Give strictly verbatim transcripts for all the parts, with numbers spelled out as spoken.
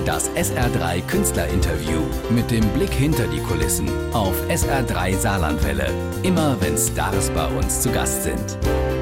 Das S R drei Künstlerinterview mit dem Blick hinter die Kulissen auf S R drei Saarlandwelle. Immer wenn Stars bei uns zu Gast sind.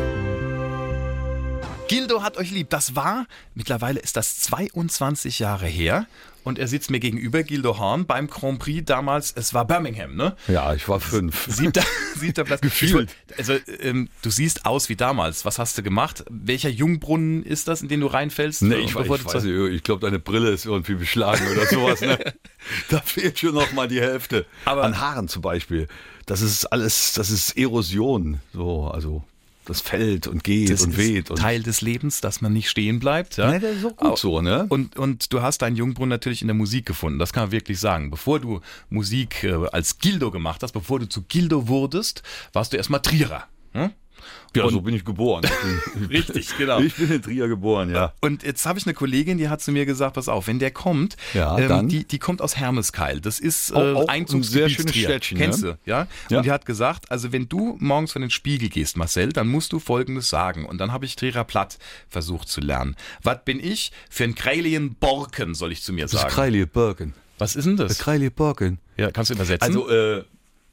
Gildo hat euch lieb. Das war, mittlerweile ist das zweiundzwanzig Jahre her. Und er sitzt mir gegenüber, Gildo Horn, beim Grand Prix damals, es war Birmingham, ne? Ja, ich war fünf. Siebter, siebter Platz. Gefühlt. Also, ähm, du siehst aus wie damals. Was hast du gemacht? Welcher Jungbrunnen ist das, in den du reinfällst? Nee, ich, weiß, ich weiß nicht, ich glaube, deine Brille ist irgendwie beschlagen oder sowas, ne? Da fehlt schon noch mal die Hälfte. Aber an Haaren zum Beispiel. Das ist alles, das ist Erosion, so, also... Das fällt und geht das und weht. Das ist Teil des Lebens, dass man nicht stehen bleibt. Ja? Nein, das ist auch gut so, ne? Und, und du hast deinen Jungbrunnen natürlich in der Musik gefunden, das kann man wirklich sagen. Bevor du Musik äh, als Gildo gemacht hast, bevor du zu Gildo wurdest, warst du erstmal Trierer. Hm? Ja, und so bin ich geboren. Richtig, genau. Ich bin in Trier geboren, ja. Und jetzt habe ich eine Kollegin, die hat zu mir gesagt, pass auf, wenn der kommt, ja, ähm, dann? Die, die kommt aus Hermeskeil. Das ist äh, auch, auch Einzugsgebiet ein sehr schönes Trier. Städtchen. Kennst ne? du, ja? ja? Und die hat gesagt, also wenn du morgens vor den Spiegel gehst, Marcel, dann musst du Folgendes sagen. Und dann habe ich Trierer Platt versucht zu lernen. Was bin ich für ein Kreilien Borken, soll ich zu mir sagen. Das ist Kreilien Borken. Was ist denn das? Kreilien Borken. Ja, kannst du übersetzen? Also, äh,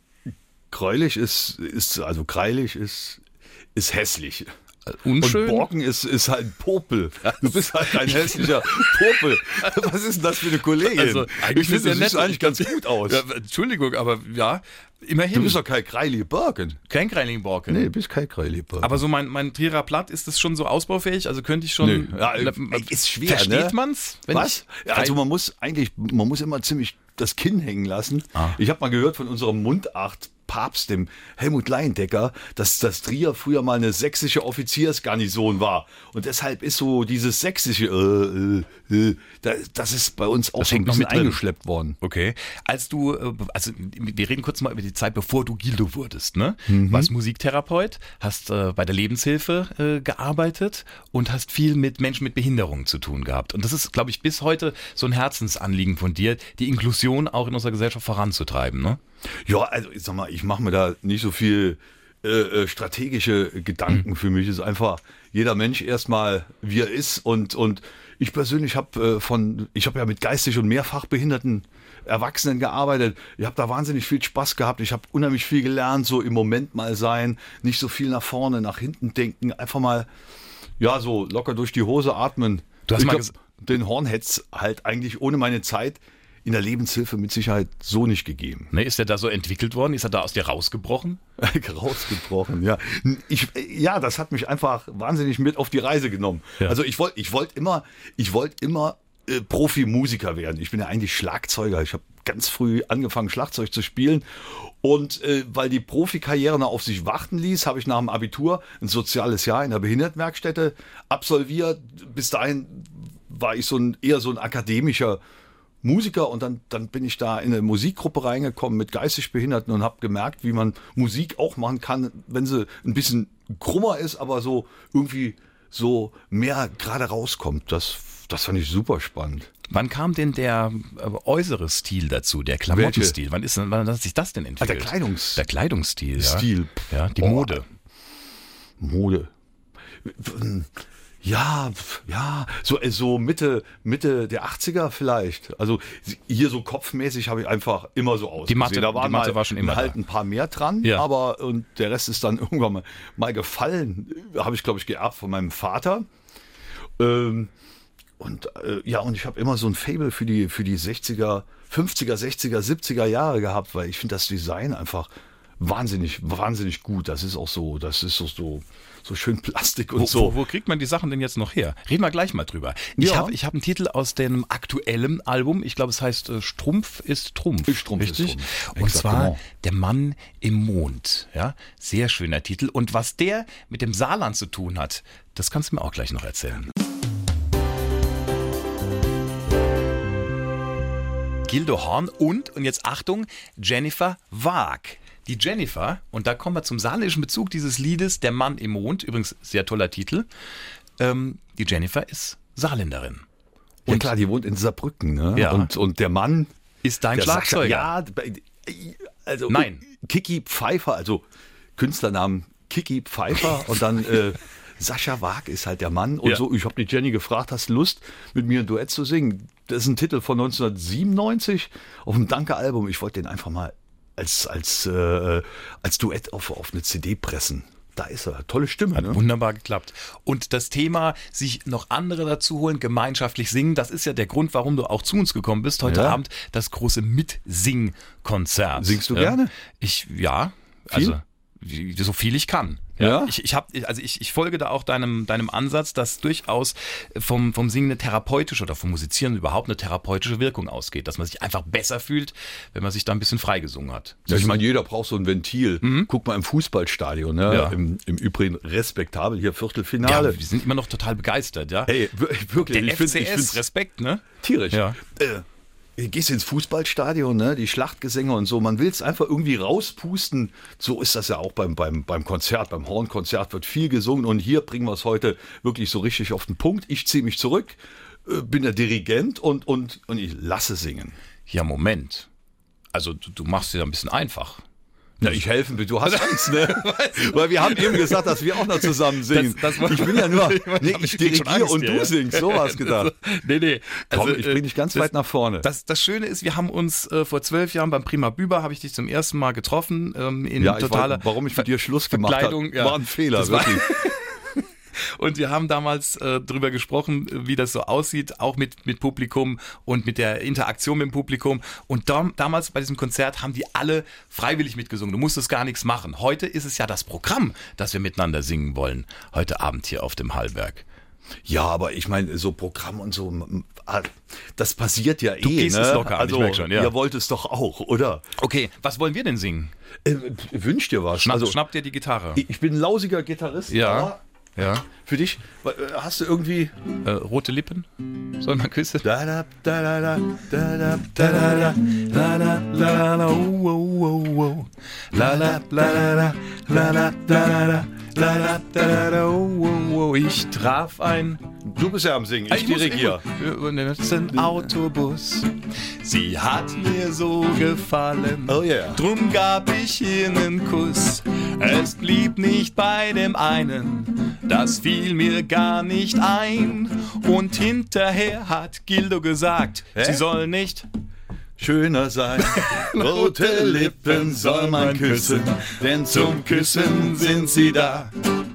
gräulich ist, ist, also kreilig ist... ist hässlich. Unschön. Und Borken ist, ist halt Popel. Du bist halt ein hässlicher Popel. Was ist denn das für eine Kollegin? Also, ich finde, das sieht eigentlich ganz gut aus. Ja, Entschuldigung, aber ja, immerhin. Du bist doch kein Kreili Borken. Kein Kreili Borken. Nee, du bist kein Kreili Borken. Aber so mein, mein Trierer Platt, ist das schon so ausbaufähig? Also könnte ich schon... Nee. Ja, ist schwer, Versteht ne? man's? Was? Ich, also man muss eigentlich, man muss immer ziemlich das Kinn hängen lassen. Ah. Ich habe mal gehört von unserem Mundart Papst, dem Helmut Laiendecker, dass das Trier früher mal eine sächsische Offiziersgarnison war. Und deshalb ist so dieses sächsische, äh, äh, äh, das ist bei uns auch das so ein noch bisschen mit drin. eingeschleppt worden. Okay. Als du, also wir reden kurz mal über die Zeit, bevor du Gildo wurdest, ne? Mhm. Warst Musiktherapeut, hast äh, bei der Lebenshilfe äh, gearbeitet und hast viel mit Menschen mit Behinderungen zu tun gehabt. Und das ist, glaube ich, bis heute so ein Herzensanliegen von dir, die Inklusion auch in unserer Gesellschaft voranzutreiben, ne? Ja, also ich sag mal, ich mache mir da nicht so viel äh, strategische Gedanken. Mhm. Für mich ist einfach jeder Mensch erstmal, wie er ist. Und, und ich persönlich habe äh, von, ich habe ja mit geistig und mehrfach behinderten Erwachsenen gearbeitet. Ich habe da wahnsinnig viel Spaß gehabt. Ich habe unheimlich viel gelernt, so im Moment mal sein, nicht so viel nach vorne, nach hinten denken, einfach mal, ja, so locker durch die Hose atmen. Du hast ich mal glaub, den Horn hätte es halt eigentlich ohne meine Zeit in der Lebenshilfe mit Sicherheit so nicht gegeben. Ne, ist er da so entwickelt worden? Ist er da aus dir rausgebrochen? rausgebrochen, ja. Ich, ja, das hat mich einfach wahnsinnig mit auf die Reise genommen. Ja. Also ich wollte ich wollt immer, ich wollte immer äh, Profimusiker werden. Ich bin ja eigentlich Schlagzeuger. Ich habe ganz früh angefangen, Schlagzeug zu spielen. Und äh, weil die Profikarriere noch auf sich warten ließ, habe ich nach dem Abitur ein soziales Jahr in der Behindertenwerkstätte absolviert. Bis dahin war ich so ein eher so ein akademischer Musiker und dann, dann bin ich da in eine Musikgruppe reingekommen mit geistig Behinderten und habe gemerkt, wie man Musik auch machen kann, wenn sie ein bisschen krummer ist, aber so irgendwie so mehr gerade rauskommt. Das, das fand ich super spannend. Wann kam denn der äußere Stil dazu, der Klamottenstil? Wann, ist, wann hat sich das denn entwickelt? Ah, der Kleidungs- der Kleidungsstil, ja. Stil. Ja, die oh, Mode. Mode. Ja, ja, so, so Mitte, Mitte der achtziger vielleicht. Also hier so kopfmäßig habe ich einfach immer so ausgesehen. Die Matte, da waren die Matte mal war schon immer halt da. ein paar mehr dran, ja. aber und der Rest ist dann irgendwann mal, mal gefallen. Habe ich, glaube ich, geerbt von meinem Vater. Ähm, und äh, ja, und ich habe immer so ein Faible für die, für die sechziger, fünfziger, sechziger, siebziger Jahre gehabt, weil ich finde das Design einfach wahnsinnig, wahnsinnig gut. Das ist auch so, das ist auch so, so schön Plastik und wo, so. Wo, wo kriegt man die Sachen denn jetzt noch her? Reden wir gleich mal drüber. Ich ja. habe ich hab einen Titel aus dem aktuellen Album. Ich glaube, es heißt äh, Strumpf ist Trumpf. Strumpf richtig? ist Trumpf. Und Exakt, zwar genau. Der Mann im Mond. Ja, sehr schöner Titel. Und was der mit dem Saarland zu tun hat, das kannst du mir auch gleich noch erzählen. Gildo Horn und, und jetzt Achtung, Jennifer Waag. Die Jennifer, und da kommen wir zum saarländischen Bezug dieses Liedes, Der Mann im Mond, übrigens sehr toller Titel, ähm, die Jennifer ist Saarländerin. Und ja klar, die wohnt in Saarbrücken, ne? Ja. Und, und der Mann ist dein der Schlagzeuger. Ja, also Nein. Kiki Pfeiffer, also Künstlernamen Kiki Pfeiffer und dann äh, Sascha Waag ist halt der Mann. Und ja. so, ich habe die Jenny gefragt, hast du Lust, mit mir ein Duett zu singen? das ist ein Titel von neunzehnhundertsiebenundneunzig auf dem Danke-Album. Ich wollte den einfach mal als, als, äh, als Duett auf, auf eine C D pressen. Da ist er. Tolle Stimme. Hat ne? wunderbar geklappt. Und das Thema, sich noch andere dazu holen, gemeinschaftlich singen, das ist ja der Grund, warum du auch zu uns gekommen bist. Heute Ja. Abend das große Mitsing-Konzert. Singst du Ja. gerne? Ich, ja. Viel? Also, wie, so viel ich kann. Ja? Ich, ich, hab, also ich, ich folge da auch deinem, deinem Ansatz, dass durchaus vom, vom Singen eine therapeutische oder vom Musizieren überhaupt eine therapeutische Wirkung ausgeht. Dass man sich einfach besser fühlt, wenn man sich da ein bisschen freigesungen hat. Ja, ich meine, jeder braucht so ein Ventil. Guck mal im Fußballstadion. Ne? Ja. Im, Im Übrigen respektabel hier Ja, Viertelfinale. wir sind immer noch total begeistert, ja. Hey, wir- wirklich. Der ich F find- C ich S, find's Respekt, ne? tierisch. Ja. Äh, du gehst ins Fußballstadion, ne? Die Schlachtgesänge und so. Man will es einfach irgendwie rauspusten. So ist das ja auch beim, beim, beim Konzert. Beim Hornkonzert wird viel gesungen. Und hier bringen wir es heute wirklich so richtig auf den Punkt. Ich ziehe mich zurück, äh, bin der Dirigent und, und, und ich lasse singen. Ja, Moment. Also du, du machst dir da ein bisschen einfach. Ja, ich helfen will. Du hast Angst, ne? Weil wir haben eben gesagt, dass wir auch noch zusammen singen. Das- das war- ich bin ja nur, nee, hab ich ich schon dirigiere Angst und hier, du ja. singst. So war's gedacht. Nee, nee. Komm, Also, ich bring dich ganz das, weit nach vorne. Das, das Schöne ist, wir haben uns äh, vor zwölf Jahren beim Prima Büber, habe ich dich zum ersten Mal getroffen. Ähm, in ja, ich totaler war, warum ich mit dir Schluss gemacht habe, Verkleidung, ja. war ein Fehler, Das war- wirklich. Und wir haben damals äh, drüber gesprochen, wie das so aussieht, auch mit, mit Publikum und mit der Interaktion mit dem Publikum. Und dam, damals bei diesem Konzert haben die alle freiwillig mitgesungen. Du musstest gar nichts machen. Heute ist es ja das Programm, das wir miteinander singen wollen. Heute Abend hier auf dem Hallberg. Ja, aber ich meine, so Programm und so, m- ah, das passiert ja Du eh. gehst ne? es locker an, also, ich merk schon, ja. Ihr wollt es doch auch, oder? Okay, was wollen wir denn singen? Äh, wünscht dir was? Schnapp, also, schnapp dir die Gitarre. ich ich bin ein lausiger Gitarrist. Ja. aber Ja. Für dich, äh, hast du irgendwie... Äh, rote Lippen? Soll man küssen? Da, da, da, da, da, da, da, da, da, da, La la oh, oh, oh, oh. La la la la la la la la la la la la oh, oh, oh. Ich traf ein Du bist ja am Singen, ich, muss- dirigiere. muss- Das ist ein Autobus. Sie hat mir so gefallen. Oh yeah. Drum gab ich ihr einen Kuss. Es blieb nicht bei dem einen. Das fiel mir gar nicht ein. Und hinterher hat Gildo gesagt, Hä? sie soll nicht. Schöner sein, rote Lippen soll man küssen, denn zum Küssen sind sie da.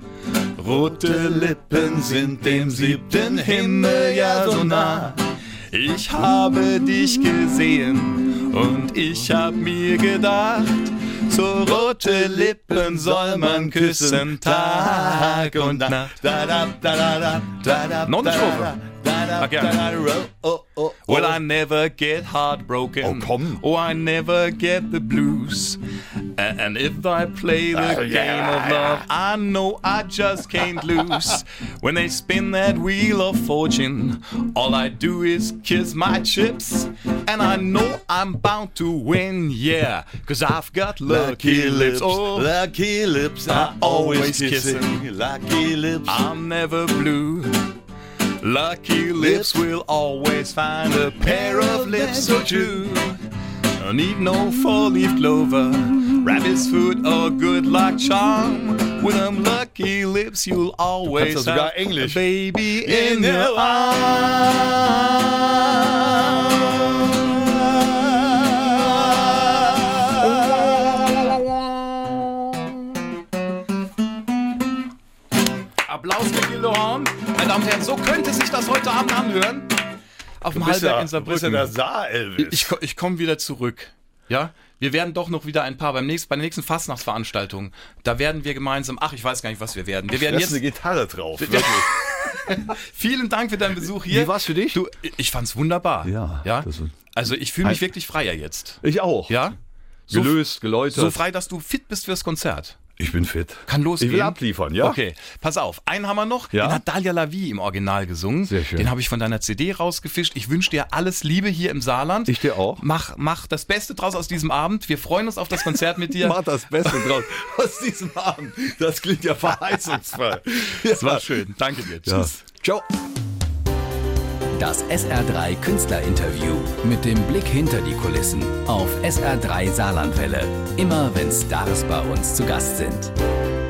Rote Lippen sind dem siebten Himmel ja so nah. Ich habe dich gesehen und ich hab mir gedacht, so rote Lippen soll man küssen, Tag und Nacht. Da, da, da, da, da, da, da, Noch eine da, Strophe. da, da, Ah, gerne. da, da, oh, oh, oh. Well, I never get heartbroken. Oh, komm. Oh, I never get the blues. A- And if I play the Ah, game ja, of love, I know I just can't lose. When they spin that wheel of fortune, all I do is kiss my chips. And I know I'm bound to win, yeah, cause I've got lucky lips. Oh, lucky lips are always kissing. Lucky lips. I'm never blue. Lucky lips will always find a pair of lips so true. Don't need no four-leaf clover, rabbit's foot or good luck charm. With them lucky lips you'll always Kannst du sogar have Englisch? a baby in your arms. Applaus für Gildo Horn. Meine Damen und Herren, so könnte sich das heute Abend anhören. Auf dem Du bist Hallberg ja, in du bist ja Saarbrücken. der Saar-Elvis. Ich, ko- ich komme wieder zurück. Ja? Wir werden doch noch wieder ein paar beim nächsten, bei der nächsten Fastnachtsveranstaltung. Da werden wir gemeinsam, ach, ich weiß gar nicht, was wir werden. Wir werden Da ist jetzt. eine Gitarre drauf. wirklich. Vielen Dank für deinen Besuch hier. Wie war's für dich? Du, ich fand's wunderbar. Ja, ja? das war- Also ich fühle mich wirklich freier jetzt. Ich auch. Ja? So, Gelöst, geläutert. so frei, dass du fit bist fürs Konzert. Ich bin fit. Kann losgehen. Ich will abliefern, ja? Okay, pass auf. Einen haben wir noch. Ja? Den hat Dalia Lavie im Original gesungen. Sehr schön. Den habe ich von deiner C D rausgefischt. Ich wünsche dir alles Liebe hier im Saarland. Ich dir auch. Mach, mach das Beste draus aus diesem Abend. Wir freuen uns auf das Konzert mit dir. Mach das Beste draus aus diesem Abend. Das klingt ja verheißungsvoll. Das war schön. Danke dir. Ja. Tschüss. Ciao. Das S R drei Künstlerinterview mit dem Blick hinter die Kulissen auf S R drei Saarlandwelle. Immer wenn Stars bei uns zu Gast sind.